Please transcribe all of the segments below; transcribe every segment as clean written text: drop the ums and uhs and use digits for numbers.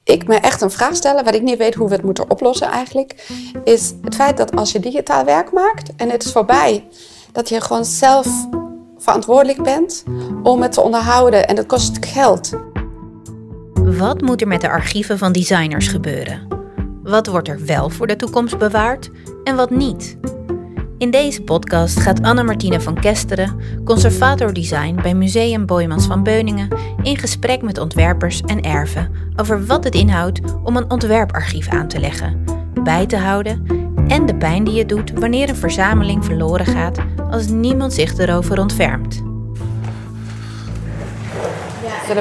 ik me echt een vraag stellen, wat ik niet weet hoe we het moeten oplossen eigenlijk, is het feit dat als je digitaal werk maakt en het is voorbij, dat je gewoon zelf verantwoordelijk bent om het te onderhouden en dat kost geld. Wat moet er met de archieven van designers gebeuren? Wat wordt er wel voor de toekomst bewaard en wat niet? In deze podcast gaat Anne-Martine van Kesteren, conservator design bij Museum Boijmans van Beuningen, in gesprek met ontwerpers en erven over wat het inhoudt om een ontwerparchief aan te leggen, bij te houden en de pijn die het doet wanneer een verzameling verloren gaat als niemand zich erover ontfermt. Zullen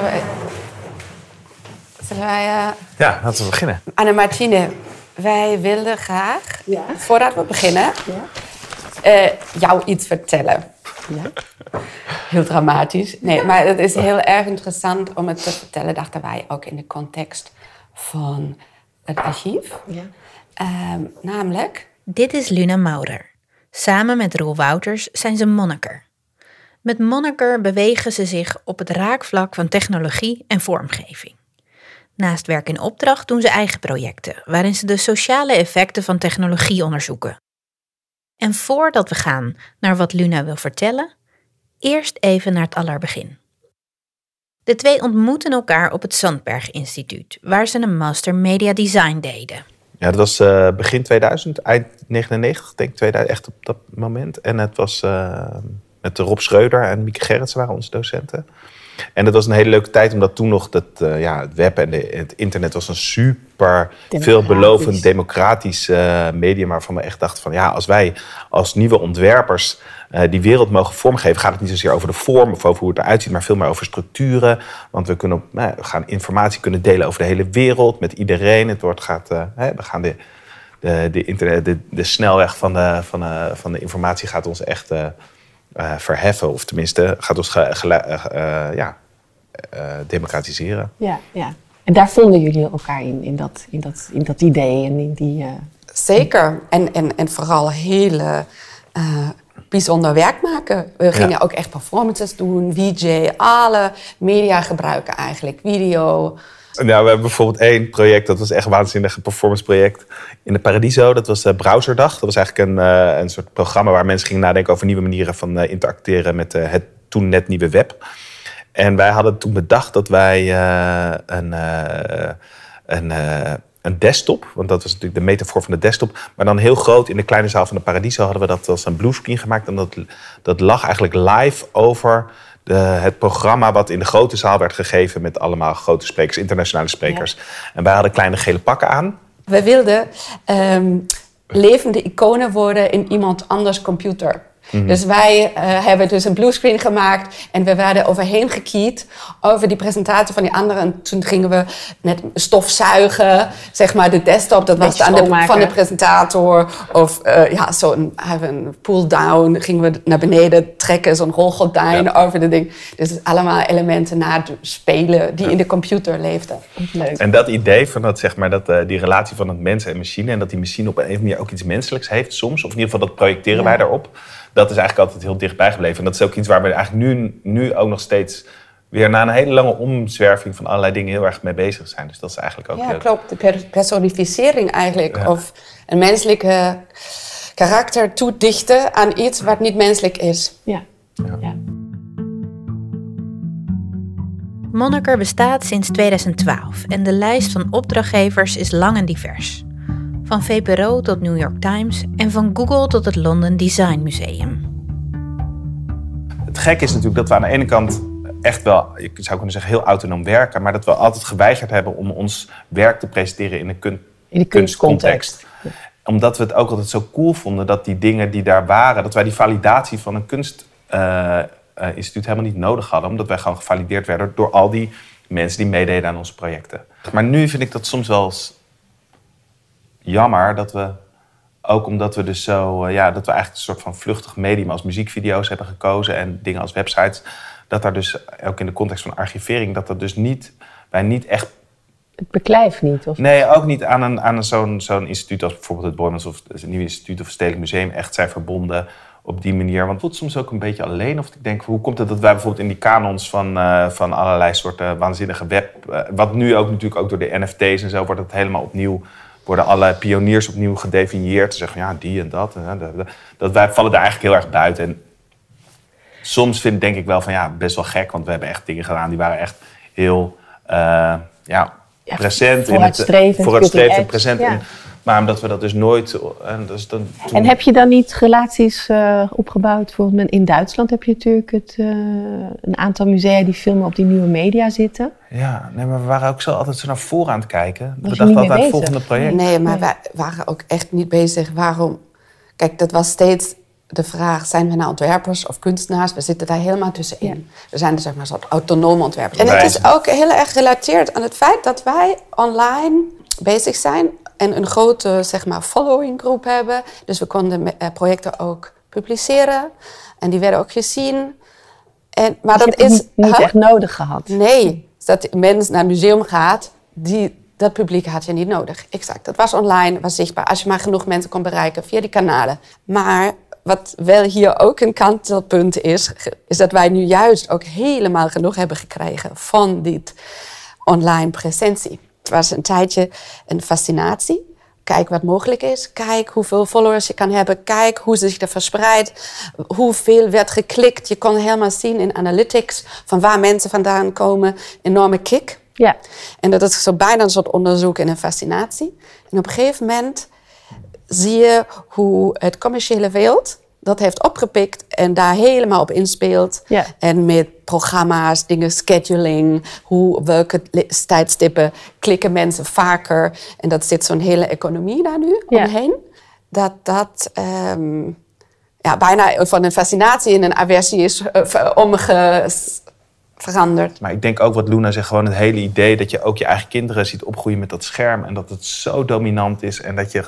wij Ja, laten we beginnen. Anne-Martine, wij wilden graag, voordat we beginnen, jou iets vertellen. Ja. Heel dramatisch. Nee, maar het is heel erg interessant om het te vertellen, dachten wij, ook in de context van het archief. Ja. Namelijk... Dit is Luna Maurer. Samen met Roel Wouters zijn ze Moniker. Met Moniker bewegen ze zich op het raakvlak van technologie en vormgeving. Naast werk in opdracht doen ze eigen projecten, waarin ze de sociale effecten van technologie onderzoeken. En voordat we gaan naar wat Luna wil vertellen, eerst even naar het allerbegin. De twee ontmoeten elkaar op het Sandberg Instituut, waar ze een Master Media Design deden. Ja, dat was begin 2000, eind 99, denk ik 2000, echt op dat moment. En het was met Rob Schreuder en Mieke Gerritsen waren onze docenten. En het was een hele leuke tijd, omdat toen nog het web en het internet was een super veelbelovend democratisch medium, waarvan we echt dachten van ja, als wij als nieuwe ontwerpers die wereld mogen vormgeven, gaat het niet zozeer over de vorm of over hoe het eruit ziet, maar veel meer over structuren. Want we gaan informatie kunnen delen over de hele wereld met iedereen. We gaan de snelweg van de informatie gaat ons echt verheffen, of tenminste gaat ons democratiseren. Ja. En daar vonden jullie elkaar in dat idee en in die... Zeker. En vooral hele bijzonder werk maken. We gingen ook echt performances doen, VJ, alle media gebruiken eigenlijk, video. Nou, we hebben bijvoorbeeld één project, dat was echt een waanzinnig performance project in de Paradiso. Dat was de Browserdag. Dat was eigenlijk een soort programma waar mensen gingen nadenken over nieuwe manieren van interacteren met het toen net nieuwe web. En wij hadden toen bedacht dat wij een desktop, want dat was natuurlijk de metafoor van de desktop, maar dan heel groot in de kleine zaal van de Paradiso hadden we dat als een bluescreen gemaakt. En dat lag eigenlijk live over het programma wat in de grote zaal werd gegeven met allemaal grote sprekers, internationale sprekers. Ja. En wij hadden kleine gele pakken aan. We wilden levende iconen worden in iemand anders computer. Mm-hmm. Dus wij hebben dus een bluescreen gemaakt en we werden overheen gekiet over die presentatie van die anderen. En toen gingen we net stofzuigen, zeg maar de desktop, dat was dan van de presentator. Of een pull-down, gingen we naar beneden trekken, zo'n rolgordijn over de ding. Dus allemaal elementen na het spelen die in de computer leefden. Leuk. En dat idee van dat, zeg maar, die relatie van het mens en machine, en dat die machine op een of andere manier ook iets menselijks heeft soms, of in ieder geval dat projecteren wij daarop. Dat is eigenlijk altijd heel dichtbij gebleven. En dat is ook iets waar we eigenlijk nu ook nog steeds weer na een hele lange omzwerving van allerlei dingen heel erg mee bezig zijn. Dus dat is eigenlijk ook... Ja, klopt. De personificering eigenlijk. Ja. Of een menselijke karakter toedichten aan iets wat niet menselijk is. Ja. Moniker bestaat sinds 2012 en de lijst van opdrachtgevers is lang en divers. Van VPRO tot New York Times en van Google tot het London Design Museum. Het gekke is natuurlijk dat we aan de ene kant echt wel, ik zou kunnen zeggen, heel autonoom werken, maar dat we altijd geweigerd hebben om ons werk te presenteren in een kunstcontext. Ja. Omdat we het ook altijd zo cool vonden dat die dingen die daar waren, dat wij die validatie van een kunstinstituut helemaal niet nodig hadden, omdat wij gewoon gevalideerd werden door al die mensen die meededen aan onze projecten. Maar nu vind ik dat soms wel eens jammer dat we, ook omdat we dus zo, dat we eigenlijk een soort van vluchtig medium als muziekvideo's hebben gekozen en dingen als websites, dat daar dus ook in de context van archivering, dat dat dus wij niet echt... Het beklijft niet? Of? Nee, ook niet aan zo'n instituut als bijvoorbeeld het Boijmans of het Nieuwe Instituut of het Stedelijk Museum echt zijn verbonden. op die manier. Want het voelt soms ook een beetje alleen. Of ik denk, hoe komt het dat wij bijvoorbeeld in die kanons van allerlei soorten waanzinnige web... wat nu ook natuurlijk ook door de NFT's en zo wordt het helemaal opnieuw... worden alle pioniers opnieuw gedefinieerd. Te zeggen, ja, die en dat. Dat wij vallen daar eigenlijk heel erg buiten. En soms denk ik wel van, ja, best wel gek. Want we hebben echt dingen gedaan die waren echt heel present. Vooruitstrevend en present. Ja. Maar omdat we dat dus nooit... En heb je dan niet relaties opgebouwd? Bijvoorbeeld in Duitsland heb je natuurlijk een aantal musea die filmen op die nieuwe media zitten. Ja, nee, maar we waren ook altijd zo naar voren aan het kijken. We Was dachten je niet altijd mee aan het volgende project. Nee, maar wij waren ook echt niet bezig. Waarom? Kijk, dat was steeds de vraag, zijn we nou ontwerpers of kunstenaars? We zitten daar helemaal tussenin. Ja. We zijn dus zeg maar een soort autonome ontwerpers. En het is ook heel erg gerelateerd aan het feit dat wij online bezig zijn en een grote, zeg maar, following groep hebben. Dus we konden projecten ook publiceren en die werden ook gezien. Maar Dus dat je hebt is het niet echt nodig gehad. Nee, dat een mens naar een museum gaat, dat publiek had je niet nodig. Exact. Dat was online, was zichtbaar. Als je maar genoeg mensen kon bereiken via die kanalen. Maar wat wel hier ook een kantelpunt is dat wij nu juist ook helemaal genoeg hebben gekregen van dit online presentie. Het was een tijdje een fascinatie. Kijk wat mogelijk is. Kijk hoeveel followers je kan hebben. Kijk hoe ze zich er verspreidt. Hoeveel werd geklikt. Je kon helemaal zien in analytics van waar mensen vandaan komen. Enorme kick. Ja. En dat is zo bijna een soort onderzoek en een fascinatie. En op een gegeven moment zie je hoe het commerciële wereld dat heeft opgepikt en daar helemaal op inspeelt. Ja. En met programma's, dingen, scheduling, welke tijdstippen klikken mensen vaker. En dat zit zo'n hele economie daar nu omheen. Dat bijna van een fascinatie in een aversie is veranderd. Maar ik denk ook wat Luna zegt, gewoon het hele idee dat je ook je eigen kinderen ziet opgroeien met dat scherm. En dat het zo dominant is en dat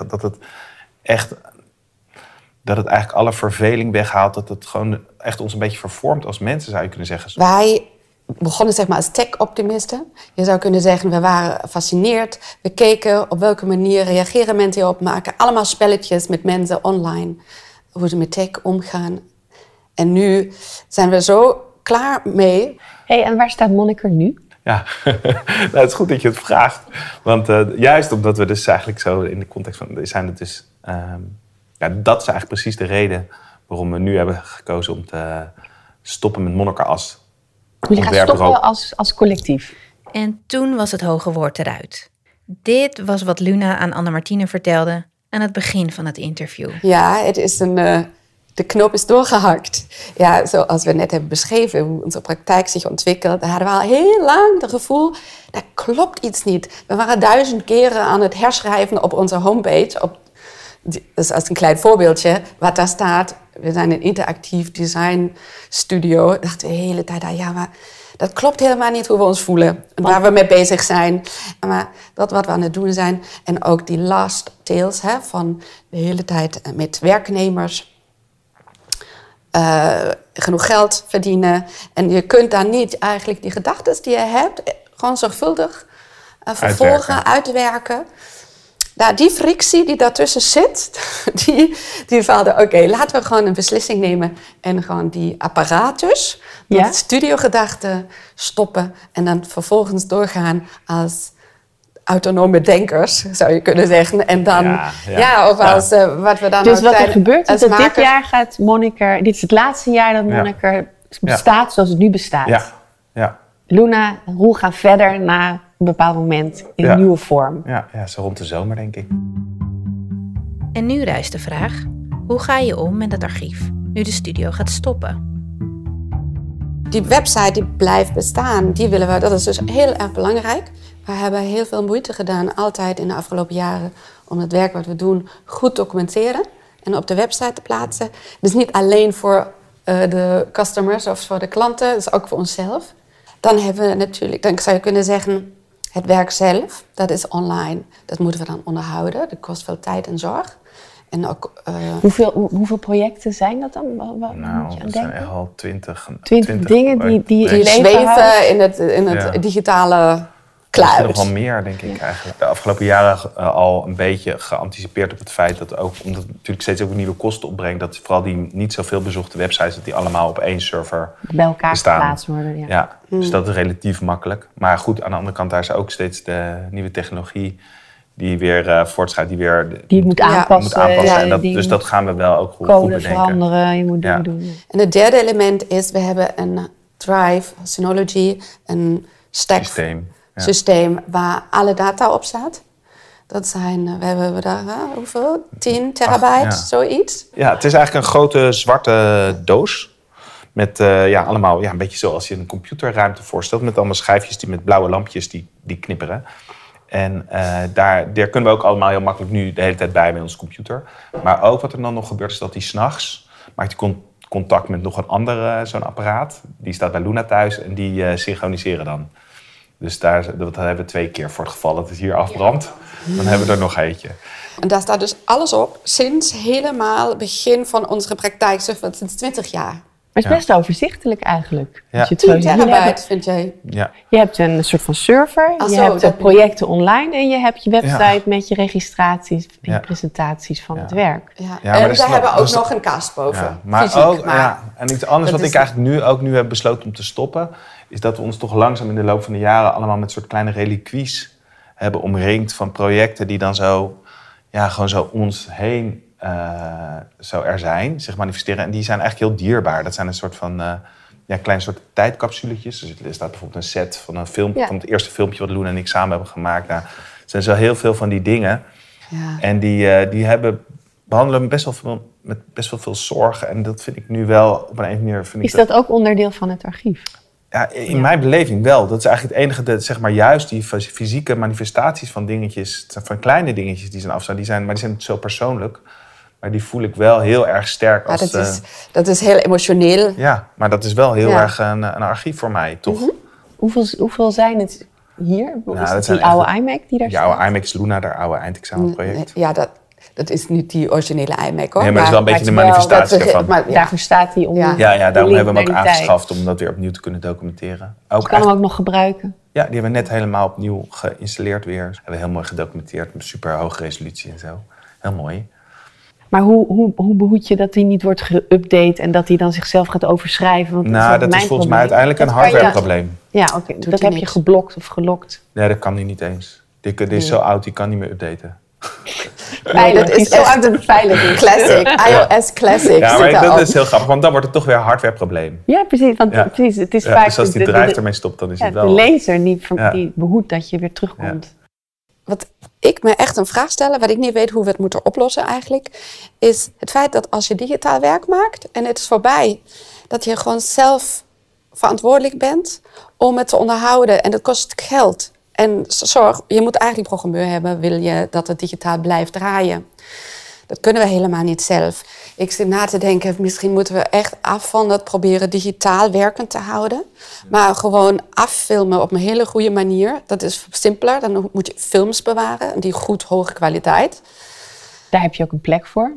het eigenlijk alle verveling weghaalt. Dat het gewoon echt ons een beetje vervormt als mensen, zou je kunnen zeggen. Wij begonnen zeg maar als tech-optimisten. Je zou kunnen zeggen, we waren gefascineerd. We keken op welke manier reageren mensen hierop. Maken allemaal spelletjes met mensen online. Hoe ze met tech omgaan. En nu zijn we zo klaar mee. Hey, en waar staat Moniker nu? Ja, nou, het is goed dat je het vraagt. Want juist omdat we dus eigenlijk zo in de context van... zijn het dus... dat is eigenlijk precies de reden waarom we nu hebben gekozen om te stoppen met Moniker als Jullie gaan stoppen als collectief. En toen was het hoge woord eruit. Dit was wat Luna aan Anne-Martine vertelde aan het begin van het interview. Ja, het is de knoop is doorgehakt. Ja, zoals we net hebben beschreven, hoe onze praktijk zich ontwikkelt. Daar hadden we al heel lang het gevoel, daar klopt iets niet. We waren 1000 keren aan het herschrijven op onze homepage. Dus als een klein voorbeeldje, wat daar staat. We zijn een interactief design studio. Dachten we de hele tijd, ja, maar dat klopt helemaal niet hoe we ons voelen. Waar we mee bezig zijn. Maar dat wat we aan het doen zijn. En ook die last tales van de hele tijd met werknemers. Genoeg geld verdienen. En je kunt daar niet eigenlijk die gedachten die je hebt gewoon zorgvuldig vervolgen, uitwerken. Nou, die frictie die daartussen zit, die valde, oké, laten we gewoon een beslissing nemen en gewoon die apparatus, met studiogedachten stoppen en dan vervolgens doorgaan als autonome denkers, zou je kunnen zeggen. En dan, als wat we dan dus wat er gebeurt is dat makers, dit jaar gaat Moniker, dit is het laatste jaar dat Moniker bestaat zoals het nu bestaat. Ja. Luna en Roel gaan verder naar een bepaald moment in een nieuwe vorm. Ja, zo rond de zomer, denk ik. En nu rijst de vraag, hoe ga je om met het archief, nu de studio gaat stoppen? Die website die blijft bestaan, die willen we, dat is dus heel erg belangrijk. We hebben heel veel moeite gedaan, altijd in de afgelopen jaren, om het werk wat we doen goed te documenteren en op de website te plaatsen. Dus niet alleen voor de customers of voor de klanten, dus ook voor onszelf. Dan hebben we natuurlijk, dan zou je kunnen zeggen, het werk zelf, dat is online. Dat moeten we dan onderhouden. Dat kost veel tijd en zorg. En ook, hoeveel projecten zijn dat dan? Nou, dat zijn echt al 20 dingen die zweven in het digitale cloud. Nog wel meer, denk ik eigenlijk. De afgelopen jaren al een beetje geanticipeerd op het feit dat ook, omdat het natuurlijk steeds ook nieuwe kosten opbrengt, dat vooral die niet zoveel bezochte websites, dat die allemaal op één server bij elkaar bestaan. geplaatst worden. Ja. Dus dat is relatief makkelijk. Maar goed, aan de andere kant, daar is ook steeds de nieuwe technologie die weer voortschrijdt, die moet aanpassen. Dus dat gaan we wel ook goed bedenken. Veranderen, je moet dingen doen. En het derde element is, we hebben een Drive, Synology, een stack systeem waar alle data op staat. Dat zijn, we hebben daar hoeveel? 10 terabyte, zoiets. Ja, het is eigenlijk een grote zwarte doos. Met allemaal een beetje zoals je een computerruimte voorstelt. Met allemaal schijfjes die met blauwe lampjes die knipperen. En daar kunnen we ook allemaal heel makkelijk nu de hele tijd bij onze computer. Maar ook wat er dan nog gebeurt is dat die 's nachts maakt die contact met nog een andere zo'n apparaat. Die staat bij Luna thuis en die synchroniseren dan. Dus dat hebben we 2 keer voor het geval dat het hier afbrandt. Dan hebben we er nog eentje. En daar staat dus alles op sinds helemaal begin van onze praktijk, sinds 20 jaar. Maar het is best overzichtelijk eigenlijk. Ja. Als je het 10 terabyte, vind jij? Ja. Je hebt een soort van server, je hebt projecten online en je hebt je website met je registraties en presentaties van het werk. Ja. En daar hebben we ook nog een kast boven. Ja. Maar ook, en iets anders wat ik eigenlijk nu heb besloten om te stoppen, is dat we ons toch langzaam in de loop van de jaren allemaal met soort kleine reliquies hebben omringd van projecten die dan gewoon zo om ons heen zo er zijn, zich manifesteren. En die zijn eigenlijk heel dierbaar. Dat zijn een soort van kleine soort tijdcapsuletjes. Dus er staat bijvoorbeeld een set van een filmpje, van het eerste filmpje wat Luna en ik samen hebben gemaakt. Nou, er zijn zo heel veel van die dingen. Ja. En die behandelen met best wel veel zorg. En dat vind ik nu wel op een manier. Is dat ook onderdeel van het archief? Ja, in mijn beleving wel. Dat is eigenlijk het enige, zeg maar, juist die fysieke manifestaties van dingetjes, van kleine dingetjes die zijn afstaan, maar die zijn zo persoonlijk. Maar die voel ik wel heel erg sterk als... Dat is heel emotioneel. Ja, maar dat is wel heel erg een archief voor mij, toch? Mm-hmm. Hoeveel zijn het hier? Is die oude iMac die daar staat? Ja, oude iMac is Luna, daar oude eindexamenproject. Ja, dat is niet die originele iMac, hoor. Nee, maar het is wel een beetje de manifestatie ervan. Daarvoor staat hij om... Ja, daarom hebben we hem ook aangeschaft om dat weer opnieuw te kunnen documenteren. Je kan hem ook nog gebruiken. Ja, die hebben we net helemaal opnieuw geïnstalleerd weer. Hebben we heel mooi gedocumenteerd met super hoge resolutie en zo. Heel mooi. Maar hoe behoed je dat hij niet wordt geüpdate en dat hij dan zichzelf gaat overschrijven? Want dat is volgens mij uiteindelijk een hardwareprobleem. Ja, oké. Dat heb je geblokt of gelokt? Nee, dat kan hij niet eens. Dit is zo oud, die kan niet meer updaten. Veilig, dat is zo oud dat het veilig is. Classic, iOS Classic. Ja, maar dat is heel grappig, want dan wordt het toch weer een hardwareprobleem. Ja, precies. Want precies, het is vaak... Dus als die drive ermee stopt, dan is het wel... de laser die behoedt dat je weer terugkomt. Ja. Wat ik me echt een vraag stel, wat ik niet weet hoe we het moeten oplossen eigenlijk, is het feit dat als je digitaal werk maakt en het is voorbij, dat je gewoon zelf verantwoordelijk bent om het te onderhouden. En dat kost geld. En zorg, je moet eigenlijk programmeur hebben, wil je dat het digitaal blijft draaien. Dat kunnen we helemaal niet zelf. Ik zit na te denken, misschien moeten we echt af van dat proberen digitaal werkend te houden. Maar gewoon affilmen op een hele goede manier. Dat is simpeler. Dan moet je films bewaren, die goed hoge kwaliteit. Daar heb je ook een plek voor?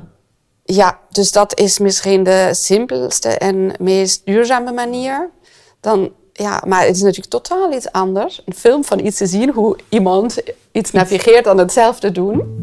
Ja, dus dat is misschien de simpelste en meest duurzame manier. Maar het is natuurlijk totaal iets anders. Een film van iets te zien, hoe iemand iets navigeert en hetzelfde doen.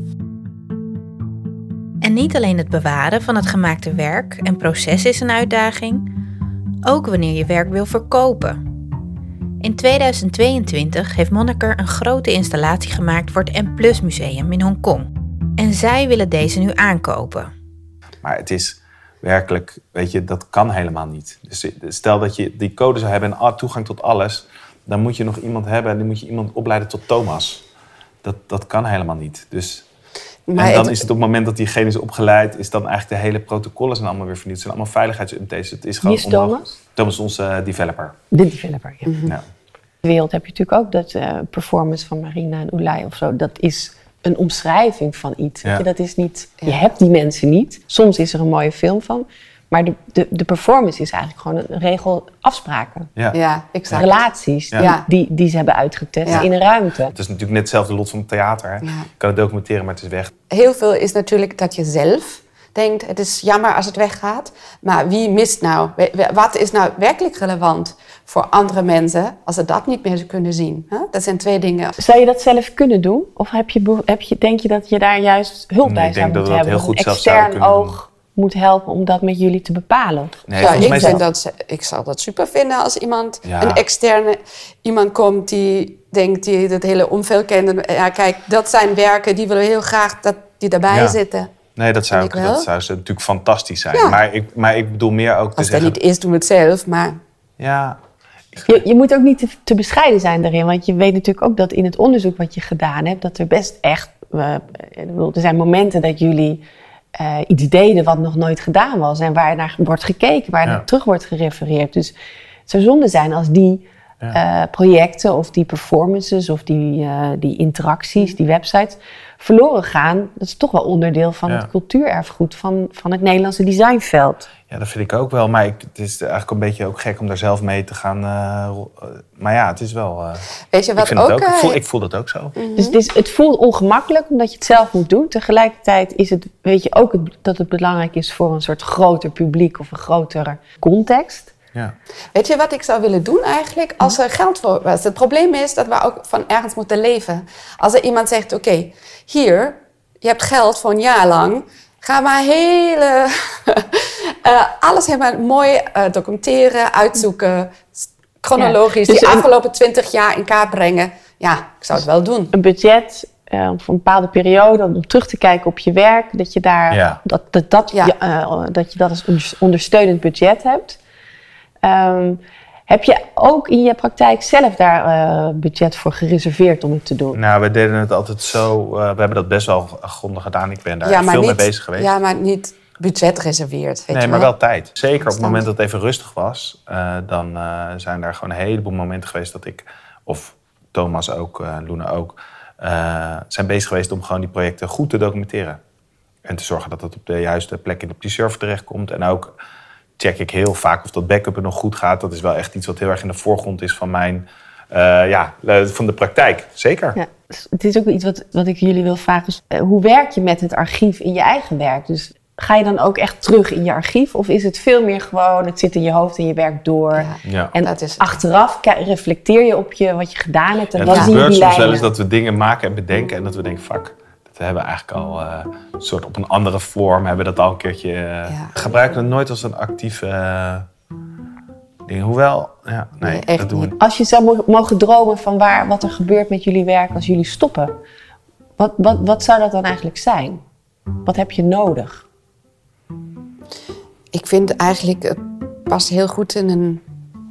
En niet alleen het bewaren van het gemaakte werk en proces is een uitdaging, ook wanneer je werk wil verkopen. In 2022 heeft Moniker een grote installatie gemaakt voor het M+ Museum in Hongkong. En zij willen deze nu aankopen. Maar het is werkelijk, weet je, dat kan helemaal niet. Dus stel dat je die code zou hebben en toegang tot alles, dan moet je nog iemand hebben en dan moet je iemand opleiden tot Thomas. Dat kan helemaal niet. Dus... En dan is het op het moment dat diegene is opgeleid, is dan eigenlijk de hele protocollen zijn allemaal weer vernieuwd. Het zijn allemaal veiligheidsupdates. Het is gewoon wie is Thomas? Thomas is onze developer. De developer, ja. Mm-hmm. Ja. In de wereld heb je natuurlijk ook dat performance van Marina en Ulay of zo. Dat is een omschrijving van iets. Ja. Dat is niet, je hebt die mensen niet. Soms is er een mooie film van. Maar de performance is eigenlijk gewoon een regel afspraken. Ja, exact. Relaties die ze hebben uitgetest in een ruimte. Het is natuurlijk net hetzelfde lot van het theater. Hè? Je kan het documenteren, maar het is weg. Heel veel is natuurlijk dat je zelf denkt, het is jammer als het weggaat. Maar wie mist nou? Wat is nou werkelijk relevant voor andere mensen als ze dat niet meer kunnen zien? Huh? Dat zijn 2 dingen. Zou je dat zelf kunnen doen? Of denk je dat je daar juist hulp bij zou moeten hebben? Heel goed een zelf zou extern oog moet helpen om dat met jullie te bepalen? Nee, Ja, ik zou dat super vinden als een externe iemand komt die denkt, die het hele omveld kent. Ja, kijk, dat zijn werken, die willen we heel graag dat die daarbij zitten. Nee, dat zou natuurlijk fantastisch zijn. Ja. Maar ik bedoel meer ook als het niet is, doen we het zelf, maar... Ja. Je moet ook niet te bescheiden zijn daarin. Want je weet natuurlijk ook dat in het onderzoek wat je gedaan hebt, dat er best echt... er zijn momenten dat jullie iets deden wat nog nooit gedaan was. En waar naar wordt gekeken, waar naar terug wordt gerefereerd. Dus het zou zonde zijn als die projecten of die performances of die interacties, die websites verloren gaan. Dat is toch wel onderdeel van het cultuurerfgoed van het Nederlandse designveld. Ja, dat vind ik ook wel. Maar het is eigenlijk een beetje ook gek om daar zelf mee te gaan. Maar ja, het is wel... Weet je wat ik voel dat ook zo. Mm-hmm. Dus het voelt ongemakkelijk omdat je het zelf moet doen. Tegelijkertijd weet je ook dat het belangrijk is voor een soort groter publiek of een grotere context. Ja. Weet je wat ik zou willen doen eigenlijk? Als er geld voor was. Het probleem is dat we ook van ergens moeten leven. Als er iemand zegt, oké, hier, je hebt geld voor een jaar lang. Ga maar alles helemaal mooi documenteren, uitzoeken. Chronologisch, die afgelopen 20 jaar in kaart brengen. Ja, ik zou het wel doen. Een budget voor een bepaalde periode om terug te kijken op je werk. Dat je daar dat je dat als ondersteunend budget hebt. Heb je ook in je praktijk zelf daar budget voor gereserveerd om het te doen? Nou, we deden het altijd zo. We hebben dat best wel grondig gedaan. Ik ben daar veel mee bezig geweest. Ja, maar niet budget reserveerd. Nee, maar wel tijd. Zeker op het moment dat het even rustig was. Dan zijn daar gewoon een heleboel momenten geweest dat ik, of Thomas ook, Luna ook, zijn bezig geweest om gewoon die projecten goed te documenteren. En te zorgen dat het op de juiste plek op die server terechtkomt. En ook check ik heel vaak of dat backup nog goed gaat. Dat is wel echt iets wat heel erg in de voorgrond is van mijn, van de praktijk. Zeker. Ja, het is ook iets wat ik jullie wil vragen. Dus, hoe werk je met het archief in je eigen werk? Dus ga je dan ook echt terug in je archief? Of is het veel meer gewoon, het zit in je hoofd en je werkt door? Ja. En dat is achteraf reflecteer je op wat je gedaan hebt. En het gebeurt soms wel eens dat we dingen maken en bedenken en dat we denken, fuck. We hebben eigenlijk al een soort op een andere vorm hebben we dat al een keertje. Gebruiken het nooit als een actief ding. Hoewel, nee, dat doen we niet. Als je zou mogen dromen van wat er gebeurt met jullie werk als jullie stoppen, wat zou dat dan eigenlijk zijn? Wat heb je nodig? Ik vind eigenlijk, het past heel goed in een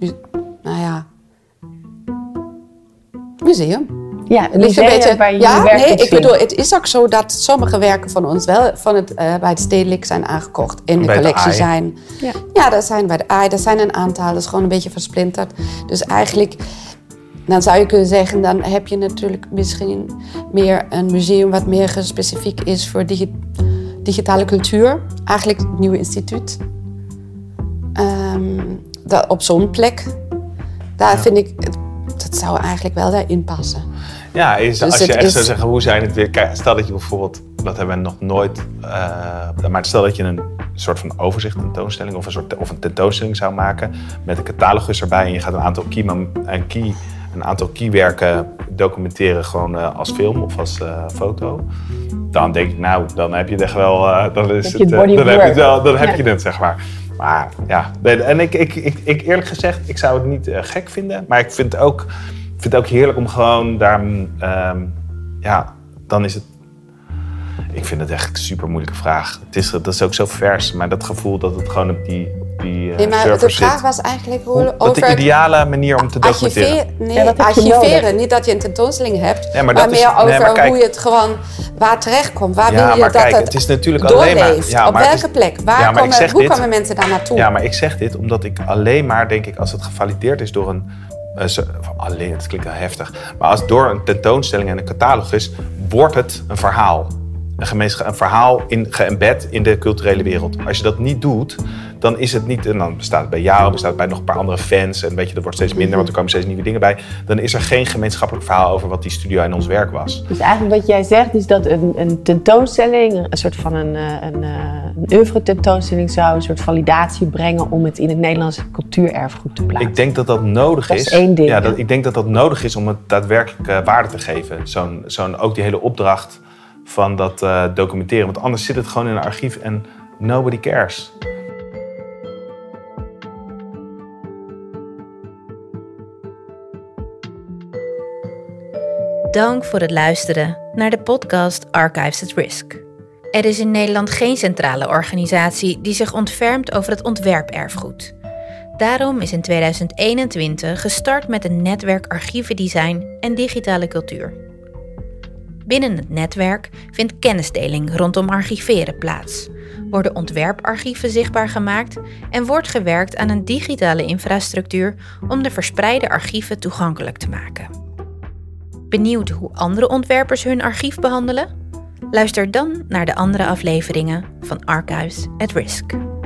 museum. Ja, een museum waar je werk ik bedoel, het is ook zo dat sommige werken van ons wel bij het Stedelijk zijn aangekocht. In de collectie zijn. Ja, dat zijn bij de AI. Dat zijn een aantal. Dat is gewoon een beetje versplinterd. Dus eigenlijk, dan zou je kunnen zeggen, dan heb je natuurlijk misschien meer een museum wat meer specifiek is voor digitale cultuur. Eigenlijk het nieuwe instituut. Op zo'n plek. Daar vind ik, dat zou eigenlijk wel daarin passen. Ja, als je echt zou zeggen, hoe zijn het weer... Kijk, stel dat je bijvoorbeeld, dat hebben we nog nooit... maar stel dat je een soort van overzicht tentoonstelling of een tentoonstelling zou maken met een catalogus erbij en je gaat een aantal keywerken documenteren gewoon als film of als foto. Dan denk ik, nou, dan heb je het echt wel... dan heb je het, zeg maar. Maar ja, en ik eerlijk gezegd, ik zou het niet gek vinden, maar ik vind het ook heerlijk om gewoon daar, dan is het... Ik vind het echt een super moeilijke vraag. Dat is ook zo vers, maar dat gevoel dat het gewoon op die server de vraag was eigenlijk over de ideale manier om te documenteren. Archiveren. Niet dat je een tentoonstelling hebt, maar meer over hoe je het gewoon waar terechtkomt. Waar wil je dat het is natuurlijk doorleeft? Op welke plek? Hoe komen mensen daar naartoe? Ja, maar ik zeg dit omdat ik alleen maar, denk ik, als het gevalideerd is door een... alleen, het klinkt heel heftig. Maar als door een tentoonstelling en een catalogus wordt het een verhaal. Een verhaal geëmbed in de culturele wereld. Als je dat niet doet, dan is het niet, en dan bestaat het bij jou, bestaat het bij nog een paar andere fans en weet je, er wordt steeds minder, want er komen steeds nieuwe dingen bij. Dan is er geen gemeenschappelijk verhaal over wat die studio en ons werk was. Dus eigenlijk wat jij zegt is dat een tentoonstelling, een soort van een oeuvre tentoonstelling zou een soort validatie brengen om het in het Nederlandse cultuurerfgoed te plaatsen. Ik denk dat dat nodig is. Dat is één ding. Ja, ik denk dat dat nodig is om het daadwerkelijk waarde te geven. Ook die hele opdracht van dat documenteren. Want anders zit het gewoon in een archief en nobody cares. Dank voor het luisteren naar de podcast Archives at Risk. Er is in Nederland geen centrale organisatie die zich ontfermt over het ontwerperfgoed. Daarom is in 2021 gestart met een netwerk archievendesign en digitale cultuur. Binnen het netwerk vindt kennisdeling rondom archiveren plaats, worden ontwerparchieven zichtbaar gemaakt en wordt gewerkt aan een digitale infrastructuur om de verspreide archieven toegankelijk te maken. Benieuwd hoe andere ontwerpers hun archief behandelen? Luister dan naar de andere afleveringen van Archives at Risk.